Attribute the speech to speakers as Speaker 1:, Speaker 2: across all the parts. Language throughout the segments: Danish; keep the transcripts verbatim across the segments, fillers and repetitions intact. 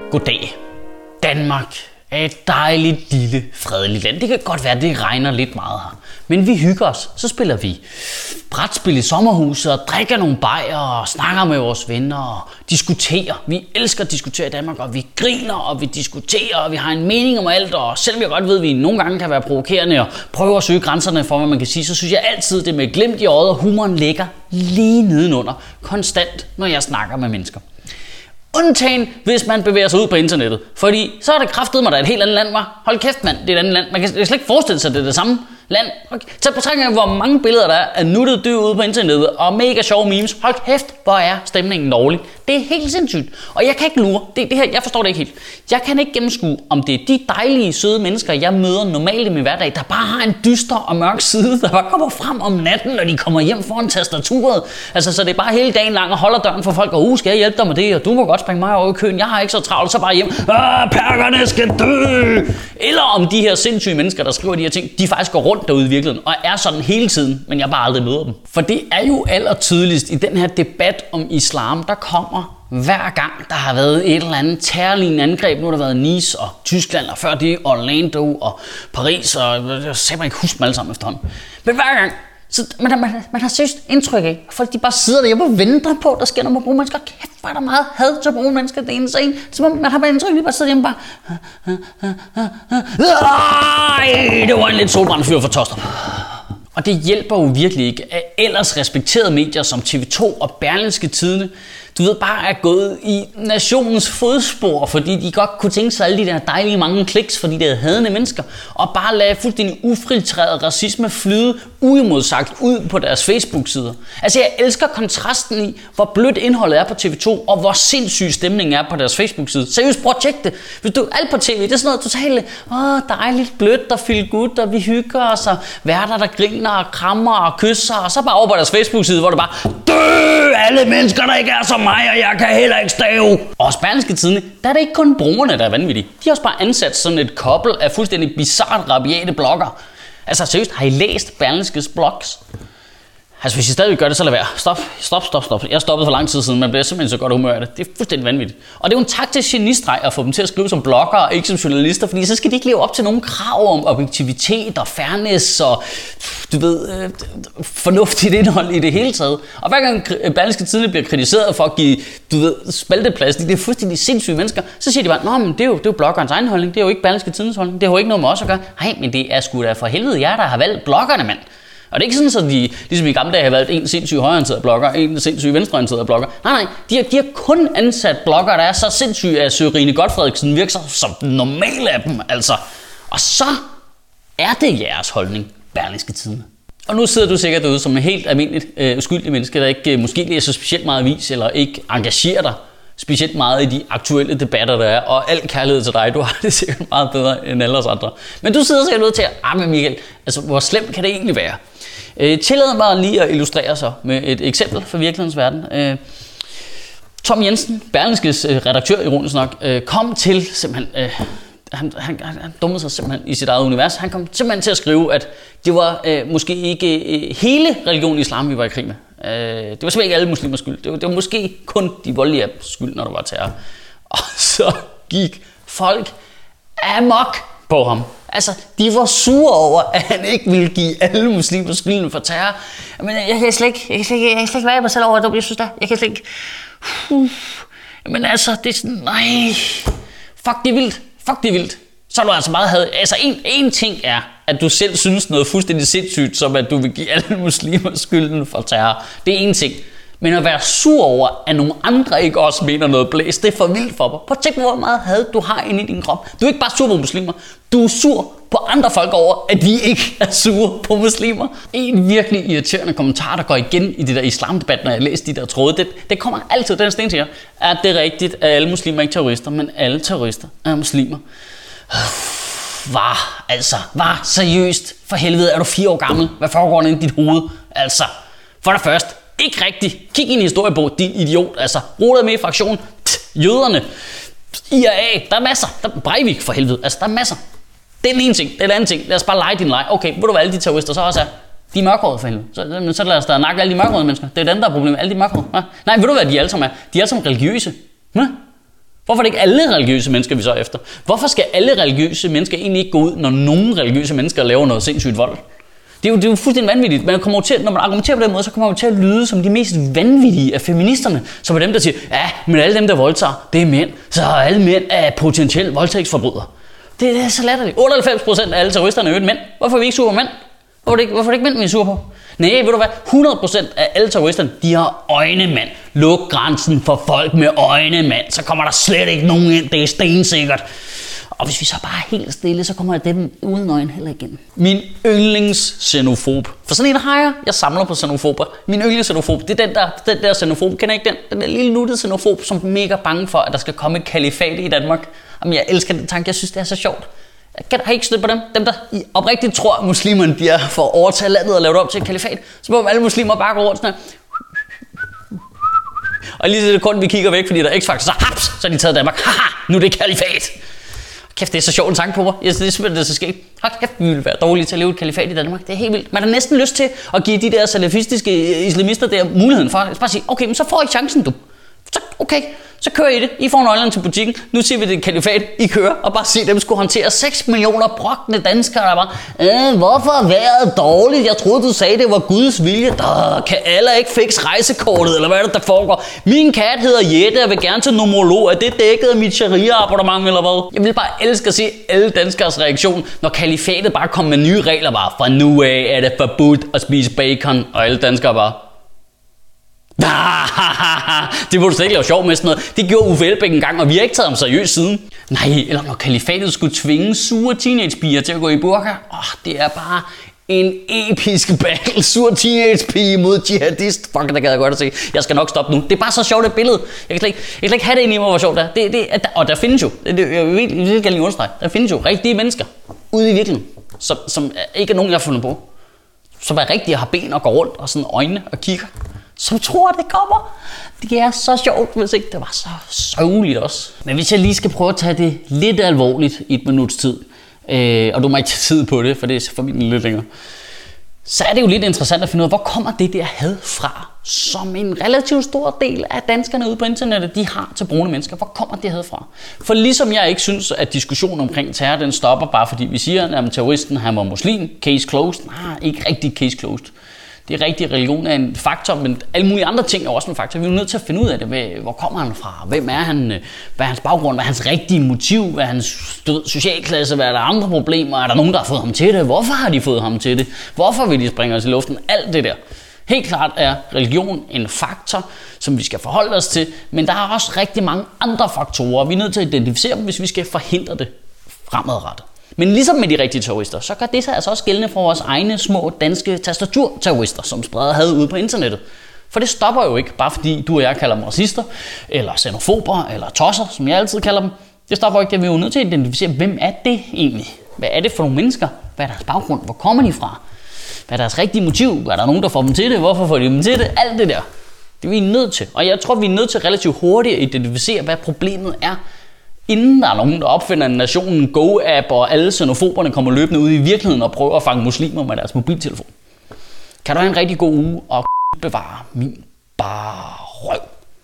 Speaker 1: Goddag. Danmark er et dejligt, lille, fredeligt land. Det kan godt være, at det regner lidt meget her. Men vi hygger os. Så spiller vi brætspil i sommerhuset og drikker nogle bajer og snakker med vores venner og diskuterer. Vi elsker at diskutere i Danmark, og vi griner, og vi diskuterer, og vi har en mening om alt. Og selvom jeg godt ved, at vi nogle gange kan være provokerende og prøve at søge grænserne for, hvad man kan sige, så synes jeg altid, det med glimt i øjet og humoren ligger lige nedenunder. Konstant, når jeg snakker med mennesker. Undtagen, hvis man bevæger sig ud på internettet. Fordi så er det kraftedeme, der er et helt andet land, var. Hold kæft, mand, det er et andet land. Man kan slet ikke forestille sig, at det er det samme land. Okay. Tag på trækning af, hvor mange billeder der er af nuttede dyr ude på internettet, og mega sjove memes. Hold kæft, hvor er stemningen dårlig. Det er helt sindssygt. Og jeg kan ikke lure. Det, det her, jeg forstår det ikke helt. Jeg kan ikke gennemskue, om det er de dejlige, søde mennesker, jeg møder normalt i min hverdag, der bare har en dyster og mørk side, der bare kommer frem om natten, når de kommer hjem foran tastaturet. Altså, så det er bare hele dagen lang og holder døren for folk, og uh, skal jeg hjælpe dig med det, og du må godt springe mig over i køen, jeg har ikke så travlt, så bare hjem. Ah, perkerne skal dø! Eller om de her sindssyge mennesker, der skriver de her ting, de faktisk går rundt derude i virkeligheden, og er sådan hele tiden, men jeg bare aldrig møder dem. For det er jo allertydeligst i den her debat om islam, der kommer hver gang, der har været et eller andet terrorlignende angreb. Nu har der været Nice og Tyskland, og før det Orlando og Paris, og jeg ser mig ikke huske dem alle sammen efterhånden. Men hver gang, så man, man, man har seriøst indtryk af, at folk de bare sidder derhjemme og venter på, at der sker noget med brune mennesker. Kæft, hvor er der meget had til brune mennesker, det ene en. Så man har bare indtryk af, at de bare sidder hjemme bare... Ej, det var en lidt solbrændt fyr for Tostrup. Og det hjælper jo virkelig ikke, at ellers respekterede medier som T V to og Berlingske Tidende, du ved, bare er gået i nationens fodspor, fordi de godt kunne tænke sig alle de der dejlige mange kliks, fordi det er hadende mennesker, og bare lade fuldstændig ufiltreret racisme flyde uimodsagt ud på deres Facebook-sider. Altså, jeg elsker kontrasten i, hvor blødt indholdet er på T V to, og hvor sindssyg stemningen er på deres Facebook-side. Seriøst, prøv at tjekke det. Hvis du alt på tv, det er sådan noget totalt, åh, dejligt blødt, der feel good, og vi hygger os, og værter, der griner og krammer og kysser, og så bare over på deres Facebook-side, hvor det bare, dø, alle mennesker, der ikke er som mig, og jeg kan heller ikke stave. Og hos Berlingske Tidende, der er det ikke kun brugerne, der er vanvittige. De har også bare ansat sådan et kobbel af fuldstændig bizarrt rabiate blogger. Altså seriøst, har I læst Berlingskes blogs? Altså hvis I stadig gør det, så lad være. Stop, stop, stop, stop. Jeg stoppede for lang tid siden, man bliver simpelthen så godt humør af det. Det er fuldstændig vanvittigt. Og det er jo en taktisk genistreg at få dem til at skrive som blogger og ikke som journalister, fordi så skal de ikke leve op til nogle krav om objektivitet og fairness og, du ved, øh, fornuftigt indhold i det hele taget. Og hver gang Berlingske Tidende bliver kritiseret for at give, du ved, spalteplads, de er fuldstændig sindssyge mennesker, så siger de bare, nå, men det er jo, det er jo bloggerens egen holdning, det er jo ikke Berlingske Tidendes holdning, det har jo ikke noget med os at gøre. Nej, men det er sgu da for helvede jer, der har valgt bloggerne, mand. Og det er ikke sådan, at de, ligesom i gamle dage, har valgt en sindssyg højreorienteret blogger, en sindssyg venstreorienteret blogger. Nej, nej, de har, de har kun ansat blogger, der er så sindssyge, at Sørine Godfredsen virker som den normale af dem, altså. Og så er det jeres holdning, Berlingske Tidende. Og nu sidder du sikkert derude som en helt almindeligt øh, uskyldig menneske, der ikke øh, måske læser specielt meget avis, eller ikke engagerer dig specielt meget i de aktuelle debatter, der er, og al kærlighed til dig, du har det sikkert meget bedre end alle os andre. Men du sidder sikkert ude til at, ah, men Michael, altså hvor slemt kan det egentlig være? Øh, tillad mig lige at illustrere så med et eksempel fra virkelighedens verden. Øh, Tom Jensen, Berlingskes øh, redaktør, ironisk nok, øh, kom til simpelthen, øh, han, han, han dummede sig simpelthen i sit eget univers, han kom simpelthen til at skrive, at det var øh, måske ikke øh, hele religionen islam, vi var i krig med. Øh, det var simpelthen ikke alle muslimers skyld, det var, det var måske kun de voldelige skyld, når der var terror. Og så gik folk amok på ham. Altså, de var sure over, at han ikke ville give alle muslimer skylden for terror. Men jeg kan slet ikke, jeg kan slet ikke, jeg kan slet ikke være mig selv over, at jeg synes det. Jeg kan slet ikke... Uh, men altså, det er sådan, nej... Fuck, det er vildt. Fuck, det er vildt. Så er du altså meget had... Altså, en, en ting er, at du selv synes noget fuldstændig sindssygt, som at du vil give alle muslimer skylden for terror. Det er en ting. Men at være sur over, at nogle andre ikke også mener noget blæs, det er for vildt for mig. Prøv at tænke, hvor meget had du har inde i din krop. Du er ikke bare sur på muslimer. Du er sur på andre folk over, at de ikke er sure på muslimer. En virkelig irriterende kommentar, der går igen i det der islamdebat, når jeg læser de der tråde, det, det kommer altid, den sten siger, at det er rigtigt, at alle muslimer er ikke terrorister, men alle terrorister er muslimer. Var, altså, var seriøst. For helvede, er du fire år gammel? Hvad foregår der inde i dit hoved? Altså, for det første, ikke rigtigt. Kig ind i historiebog, din idiot. Altså, Roder med i fraktionen. Jøderne. I R A. Der er masser. Der er Breivik for helvede. Altså, der er masser. Det er den ene ting. Det er den anden ting. Lad os bare lege din leg. Okay, ved du hvad alle de terrorister så også er? De er mørkhårede for helvede. Så, så lad os da nakke alle de mørkhårede mennesker. Det er dem, der er problemet. Alle de mørkhårede. Ja. Nej, ved du hvad de alle sammen er? De er alle sammen religiøse. Ja. Hvorfor er det ikke alle religiøse mennesker, vi så er efter? Hvorfor skal alle religiøse mennesker egentlig ikke gå ud, når nogle religiøse mennesker laver noget sindssygt vold? Det er jo, det er jo fuldstændig vanvittigt. Man kommer til, når man argumenterer på den måde, så kommer man til at lyde som de mest vanvittige af feministerne. Som er dem, der siger, ja, men alle dem, der voldtager, det er mænd. Så alle mænd er potentielt voldtægtsforbrydere. Det, det er så latterligt. otteoghalvfems procent af alle terroristerne er jo mænd. Hvorfor er vi ikke sur på mænd? Hvorfor er det ikke, hvorfor er det ikke mænd, vi er sur på? Nej, ved du hvad? hundrede procent af alle terroristerne, de har øjne, mand. Luk grænsen for folk med øjne, mand. Så kommer der slet ikke nogen ind. Det er stensikkert. Og hvis vi så bare er helt stille, så kommer dem uden øjne heller igen. Min yndlingsxenofob. For sådan en har jeg. Jeg samler på xenofober. Min yndlingsxenofob, det er den der, den der xenofob. Kender I ikke den? Den der lille nuttede xenofob, som er mega bange for, at der skal komme et kalifat i Danmark. Jamen, jeg elsker den tanke. Jeg synes, det er så sjovt. Jeg har ikke stødt på dem. Dem, der oprigtigt tror, at muslimerne de er for at overtage landet og lave det op til et kalifat. Så må alle muslimer bare gå rundt sådan her. Og lige det sekund, vi kigger væk, fordi der er X-Factor, så haps, så er de taget Danmark. Haha, nu er det kalifat. Kæft, det er så sjovt en tanke på mig. Jeg synes, det er simpelthen, det er så skægt. Hold kæft, vi ville være dårlige til at leve et kalifat i Danmark. Det er helt vildt. Man har næsten lyst til at give de der salafistiske islamister der muligheden for at bare sige, okay, men så får I chancen, du. Så, okay, så kører I det. I får nøglerne til butikken. Nu siger vi det kalifat. I kører og bare se dem skulle håndtere seks millioner brokne danskere, der bare, øh, hvorfor er vejret dårligt? Jeg troede, du sagde, det var Guds vilje. Der kan alle ikke fikse rejsekortet, eller hvad er det, der foregår? Min kat hedder Jette, og vil gerne til numerolog. Er det dækket af mit sharia-abonnement, eller hvad? Jeg vil bare elske at se alle danskers reaktion, når kalifatet bare kommer med nye regler. Bare, fra nu af er det forbudt at spise bacon, og alle danskere bare, det burde du slet ikke lave sjov med sådan noget. Det gjorde Uffe Elbæk en gang, og vi har ikke taget ham seriøst siden. Nej, eller når kalifatet skulle tvinge sure teenagepiger til at gå i burka. Åh, oh, det er bare en episk battle. Sur teenagepige mod jihadist. Fuck, det gad jeg godt at se. Jeg skal nok stoppe nu. Det er bare så sjovt et billede. Jeg kan slet ikke, jeg kan slet ikke have det inde i mig, hvor sjovt det er. Det, det, og der findes jo, det, jeg vil virkelig gerne lige understrege, der findes jo rigtige mennesker ude i virkeligheden, som, som ikke er nogen, jeg har fundet på. Som er rigtige og har ben og går rundt og sådan øjne og kigger. Som tror, det kommer. Det er så sjovt, hvis ikke det var så sørgeligt også. Men hvis jeg lige skal prøve at tage det lidt alvorligt i et minuts tid, øh, og du må ikke tage tid på det, for det er formentlig lidt længere, så er det jo lidt interessant at finde ud af, hvor kommer det der had fra, som en relativt stor del af danskerne ude på internettet, de har til brune mennesker. Hvor kommer det had fra? For ligesom jeg ikke synes, at diskussionen omkring terror, den stopper bare fordi vi siger, at terroristen han var muslim, case closed. Nej, ikke rigtig case closed. Det er rigtigt, religion er en faktor, men alle mulige andre ting er også en faktor. Vi er nødt til at finde ud af det. Hvor kommer han fra? Hvem er han? Hvad er hans baggrund? Hvad er hans rigtige motiv? Hvad er hans socialklasse? Hvad er der andre problemer? Er der nogen, der har fået ham til det? Hvorfor har de fået ham til det? Hvorfor vil de springe os i luften? Alt det der. Helt klart er religion en faktor, som vi skal forholde os til, men der er også rigtig mange andre faktorer. Vi er nødt til at identificere dem, hvis vi skal forhindre det fremadrettet. Men ligesom med de rigtige terrorister, så gør det sig altså også gældende for vores egne små danske tastaturterrorister, som spreder had ude på internettet. For det stopper jo ikke, bare fordi du og jeg kalder dem racister, eller xenofober, eller tosser, som jeg altid kalder dem. Det stopper jo ikke, det vi er jo nødt til at identificere, hvem er det egentlig? Hvad er det for nogle mennesker? Hvad er deres baggrund? Hvor kommer de fra? Hvad er deres rigtige motiv? Er der nogen, der får dem til det? Hvorfor får de dem til det? Alt det der. Det er vi nødt til. Og jeg tror, vi er nødt til relativt hurtigt at identificere, hvad problemet er, inden der er nogen, der opfinder en nationen Go-app, og alle xenofoberne kommer løbende ud i virkeligheden og prøver at fange muslimer med deres mobiltelefon. Kan du have en rigtig god uge og bevare min bare røv.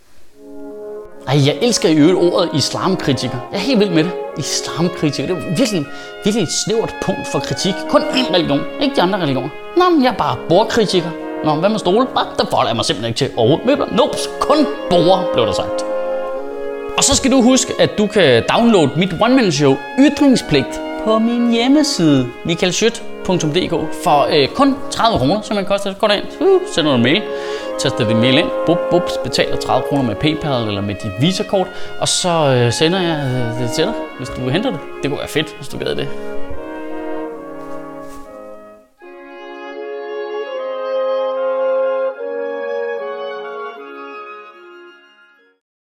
Speaker 1: Ej, jeg elsker i øvrigt ordet islamkritiker. Jeg er helt vild med det. Islamkritiker, det er virkelig, virkelig et snævert punkt for kritik. Kun én religion, ikke de andre religioner. Nå, men jeg er bare bordkritiker. Nå, hvad med stole? Nå, der forholder jeg mig simpelthen ikke til overhovedet. Møbler? Nope, kun bord, blev der sagt. Og så skal du huske, at du kan downloade mit one-man-show Ytringspligt på min hjemmeside michael schødt punktum d k for øh, kun tredive kroner, som man koster. Gå derind, uh, sender du en mail, taster din mail ind, bup, bup, betaler tredive kroner med PayPal eller med dit Visa-kort, og så øh, sender jeg øh, det til dig, hvis du henter det. Det kunne være fedt, hvis du gad det.